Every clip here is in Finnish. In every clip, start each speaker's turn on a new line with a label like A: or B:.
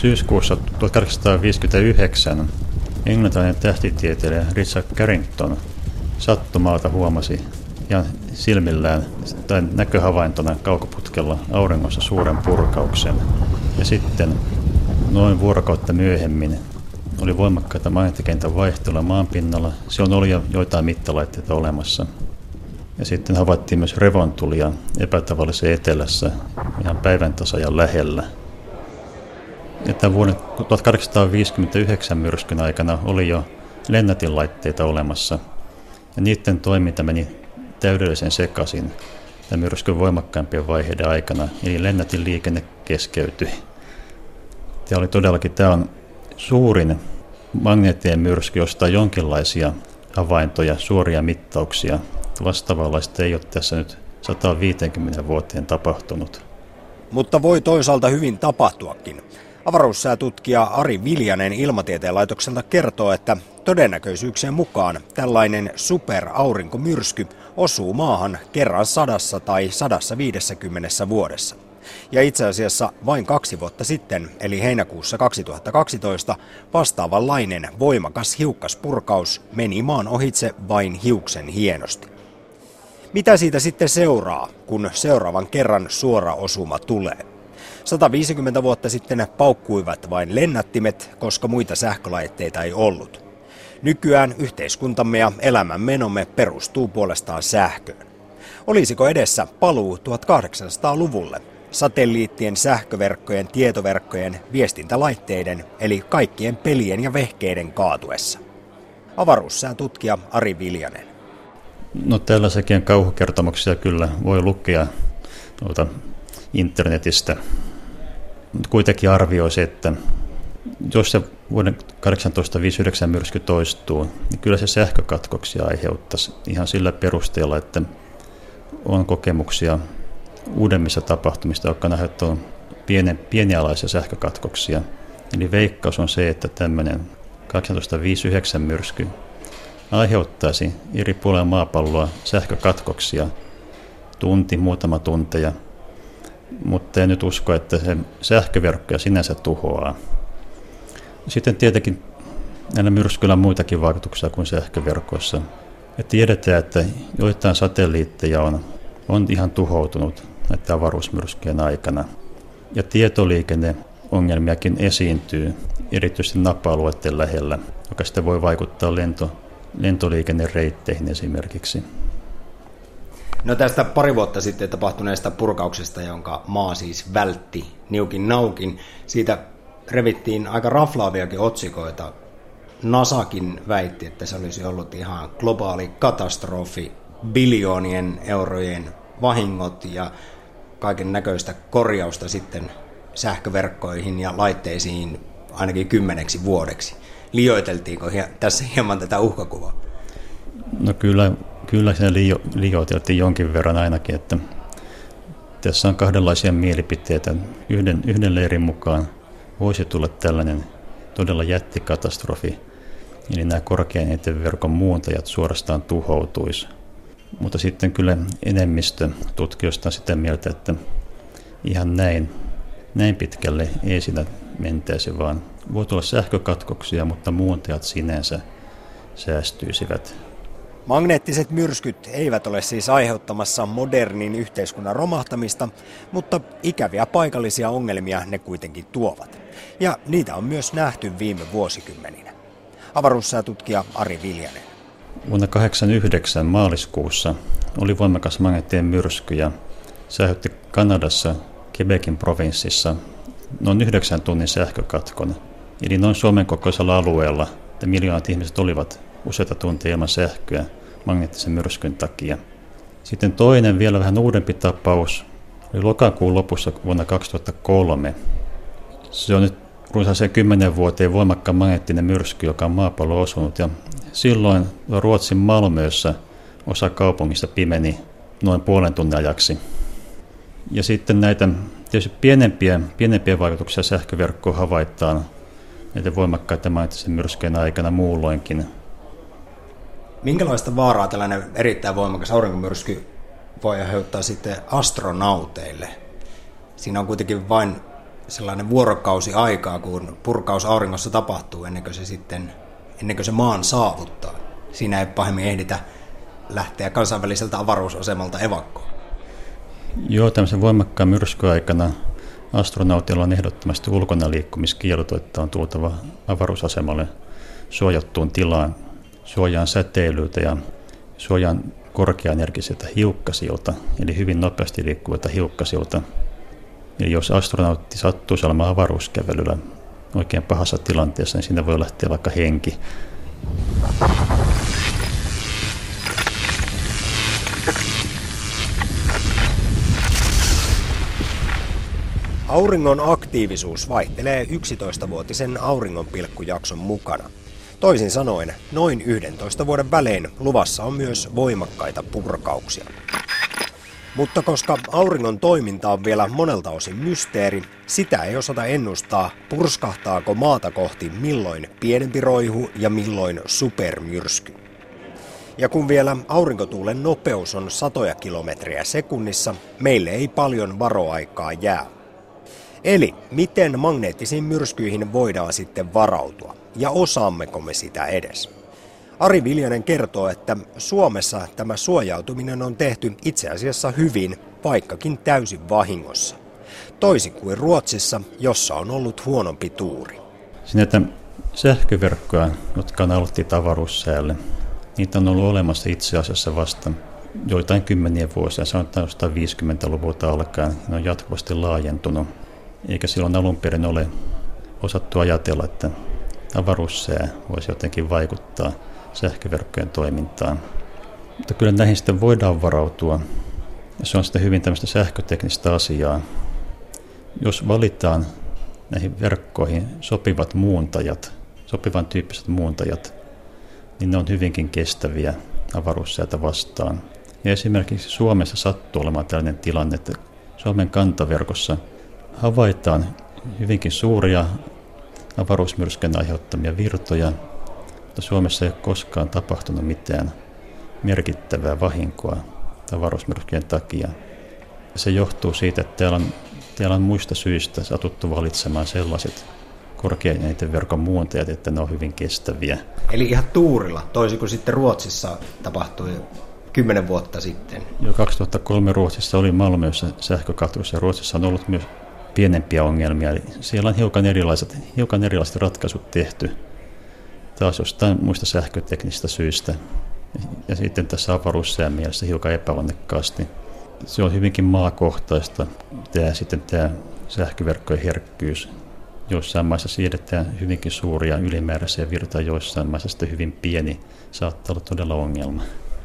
A: Syyskuussa 1859 englantilainen tähtitieteilijä Richard Carrington sattumalta huomasi ihan silmillään tai näköhavaintona kaukoputkella auringossa suuren purkauksen. Ja sitten noin vuorokautta myöhemmin oli voimakkaita magneettikentän vaihtelua maanpinnalla. Silloin oli jo joitain mittalaitteita olemassa. Ja sitten havaittiin myös revontulia epätavallisen etelässä ihan päivän tasajan lähellä. Ja tämän vuoden 1859 myrskyn aikana oli jo lennätinlaitteita olemassa. Ja niiden toiminta meni täydellisen sekaisin tämän myrskyn voimakkaimpien vaiheiden aikana. Eli lennätin liikenne keskeytyi. Tämä on suurin magneettinen myrsky, josta on jonkinlaisia havaintoja, suoria mittauksia. Vastaavanlaista ei ole tässä nyt 150 vuoteen tapahtunut.
B: Mutta voi toisaalta hyvin tapahtuakin. Avaruussäätutkija Ari Viljanen Ilmatieteen laitokselta kertoo, että todennäköisyyksien mukaan tällainen superaurinkomyrsky osuu maahan kerran 100 tai 150 vuodessa. Ja itse asiassa vain 2 vuotta sitten, eli heinäkuussa 2012, vastaavanlainen voimakas hiukkaspurkaus meni maan ohitse vain hiuksen hienosti. Mitä siitä sitten seuraa, kun seuraavan kerran suora osuma tulee? 150 vuotta sitten paukkuivat vain lennättimet, koska muita sähkölaitteita ei ollut. Nykyään yhteiskuntamme ja elämänmenomme perustuu puolestaan sähköön. Olisiko edessä paluu 1800-luvulle? Satelliittien, sähköverkkojen, tietoverkkojen, viestintälaitteiden eli kaikkien pelien ja vehkeiden kaatuessa. Avaruussäätutkija Ari Viljanen.
A: No tällaisiakin kauhukertomuksia kyllä voi lukea internetistä. Mutta kuitenkin arvioisi, että jos se vuoden 1859 myrsky toistuu, niin kyllä se sähkökatkoksia aiheuttaisi ihan sillä perusteella, että on kokemuksia uudemmissa tapahtumista, jotka aiheuttavat pienialaisia sähkökatkoksia. Eli veikkaus on se, että tämmöinen 1859 myrsky aiheuttaisi eri puolilla maapalloa sähkökatkoksia muutama tunteja, mutta en nyt usko, että se sähköverkkoja sinänsä tuhoaa. Sitten tietenkin näillä myrskyillä on muitakin vaikutuksia kuin sähköverkoissa. Ja tiedetään, että joitain satelliitteja on ihan tuhoutunut näiden avaruusmyrskyjen aikana. Ja tietoliikenneongelmiakin esiintyy, erityisesti napa-alueiden lähellä, joka sitten voi vaikuttaa lentoliikennereitteihin esimerkiksi.
B: No tästä 2 vuotta sitten tapahtuneesta purkauksesta, jonka maa siis vältti niukin naukin, siitä revittiin aika raflaaviakin otsikoita. NASAkin väitti, että se olisi ollut ihan globaali katastrofi, biljoonien eurojen vahingot ja kaiken näköistä korjausta sitten sähköverkkoihin ja laitteisiin ainakin 10 vuodeksi. Liioiteltiinko tässä hieman tätä uhkakuvaa?
A: No kyllä se liioiteltiin jonkin verran ainakin, että tässä on kahdenlaisia mielipiteitä. Yhden leirin mukaan voisi tulla tällainen todella jättikatastrofi, eli nämä korkean verkon muuntajat suorastaan tuhoutuisi. Mutta sitten kyllä enemmistö tutkijoista on sitä mieltä, että ihan näin pitkälle ei siinä mentäisi, vaan voi tulla sähkökatkoksia, mutta muuntajat sinänsä säästyisivät.
B: Magneettiset myrskyt eivät ole siis aiheuttamassa modernin yhteiskunnan romahtamista, mutta ikäviä paikallisia ongelmia ne kuitenkin tuovat. Ja niitä on myös nähty viime vuosikymmeninä. Avaruussäätutkija Ari Viljanen.
A: Vuonna 1989 maaliskuussa oli voimakas magneettinen myrsky ja se aiheutti Kanadassa Quebecin provinssissa noin 9 tunnin sähkökatkon. Eli noin Suomen kokoisella alueella, että miljoonat ihmiset olivat useita tunteja ilman sähköä magneettisen myrskyn takia. Sitten toinen, vielä vähän uudempi tapaus, oli lokakuun lopussa vuonna 2003. Se on nyt runsaaseen 10 vuoteen voimakkaan magneettinen myrsky, joka on maapalloon osunut. Ja silloin Ruotsin Malmössä osa kaupungista pimeni noin 0,5 tunnin ajaksi. Ja sitten näitä tietysti pienempiä vaikutuksia sähköverkkoon havaitaan näiden voimakkaiden magneettisen myrskyjen aikana muulloinkin.
B: Minkälaista vaaraa tällainen erittäin voimakas aurinkomyrsky voi aiheuttaa sitten astronauteille? Siinä on kuitenkin vain sellainen vuorokausi aikaa, kun purkaus auringossa tapahtuu ennen kuin se maan saavuttaa. Siinä ei pahemmin ehditä lähteä kansainväliseltä avaruusasemalta evakkoon.
A: Joo, tämmöisen voimakkaan myrskyaikana astronautilla on ehdottomasti ulkona liikkumiskielto, että on tultava avaruusasemalle suojattuun tilaan, suojaan säteilyltä ja suojaan korkeaenergisiltä hiukkasilta, eli hyvin nopeasti liikkuvilta hiukkasilta. Eli jos astronautti sattuu olemaan avaruuskävelyllä oikein pahassa tilanteessa, niin siinä voi lähteä vaikka henki.
B: Auringon aktiivisuus vaihtelee 11-vuotisen auringonpilkkujakson mukana. Toisin sanoen, noin 11 vuoden välein luvassa on myös voimakkaita purkauksia. Mutta koska auringon toiminta on vielä monelta osin mysteeri, sitä ei osata ennustaa, purskahtaako maata kohti milloin pienempi roihu ja milloin supermyrsky. Ja kun vielä aurinkotuulen nopeus on 100 kilometriä sekunnissa, meille ei paljon varoaikaa jää. Eli miten magneettisiin myrskyihin voidaan sitten varautua, ja osaammeko me sitä edes? Ari Viljanen kertoo, että Suomessa tämä suojautuminen on tehty itse asiassa hyvin, vaikkakin täysin vahingossa. Toisin kuin Ruotsissa, jossa on ollut huonompi tuuri.
A: Näitä sähköverkkoja, jotka on alttiit avaruussäälle, niitä on ollut olemassa itse asiassa vasta joitain kymmeniä vuosia, sanotaan jostain 50-luvulta alkaen, ne on jatkuvasti laajentunut. Eikä silloin alun perin ole osattu ajatella, että avaruussää voisi jotenkin vaikuttaa sähköverkkojen toimintaan. Mutta kyllä näihin sitten voidaan varautua. Ja se on sitten hyvin tämmöistä sähköteknistä asiaa. Jos valitaan näihin verkkoihin sopivat muuntajat, sopivan tyyppiset muuntajat, niin ne on hyvinkin kestäviä avaruussäätä vastaan. Ja esimerkiksi Suomessa sattuu olemaan tällainen tilanne, että Suomen kantaverkossa havaitaan hyvinkin suuria avaruusmyrskyn aiheuttamia virtoja, mutta Suomessa ei ole koskaan tapahtunut mitään merkittävää vahinkoa avaruusmyrskyjen takia. Ja se johtuu siitä, että täällä on muista syistä satuttu valitsemaan sellaiset korkean verkon muuntajat, että ne on hyvin kestäviä.
B: Eli ihan tuurilla, toisin kuin sitten Ruotsissa tapahtui 10 vuotta sitten.
A: Jo 2003 Ruotsissa oli Malmössä sähkökatkos ja Ruotsissa on ollut myös pienempiä ongelmia. Eli siellä on hiukan erilaiset ratkaisut tehty taas jostain muista sähköteknisistä syistä. Ja sitten tässä avaruussään mielessä hiukan epäonnekkaasti. Se on hyvinkin maakohtaista, tämä sähköverkkojen herkkyys. Joissain maissa siedetään hyvinkin suuria ylimääräisiä virtoja, joissain maissa sitten hyvin pieni saattaa olla todella ongelma.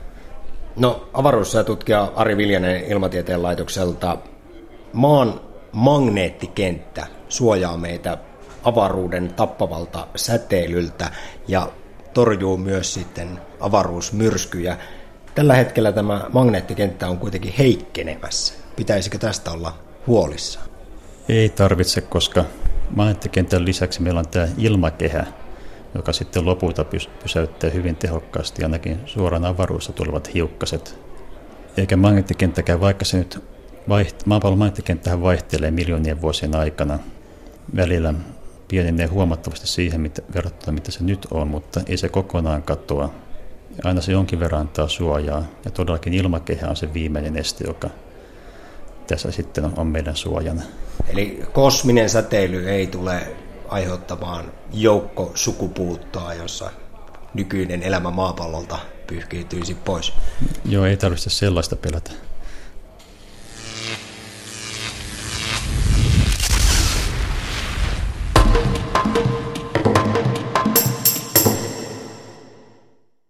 B: No, avaruussäätutkija Ari Viljanen Ilmatieteen laitokselta. Maan magneettikenttä suojaa meitä avaruuden tappavalta säteilyltä ja torjuu myös sitten avaruusmyrskyjä. Tällä hetkellä tämä magneettikenttä on kuitenkin heikkenemässä. Pitäisikö tästä olla huolissaan?
A: Ei tarvitse, koska magneettikentän lisäksi meillä on tämä ilmakehä, joka sitten lopulta pysäyttää hyvin tehokkaasti ainakin suoraan avaruudessa tulevat hiukkaset. Eikä magneettikenttäkään, vaikka se nyt maapallon magneettikenttähän vaihtelee miljoonien vuosien aikana, välillä pienenee huomattavasti siihen verrattuna, mitä se nyt on, mutta ei se kokonaan katoa. Aina se jonkin verran antaa suojaa, ja todellakin ilmakehä on se viimeinen este, joka tässä sitten on meidän suojana.
B: Eli kosminen säteily ei tule aiheuttamaan joukkosukupuuttoa, jossa nykyinen elämä maapallolta pyyhkiytyisi pois?
A: Joo, ei tarvitse sellaista pelätä.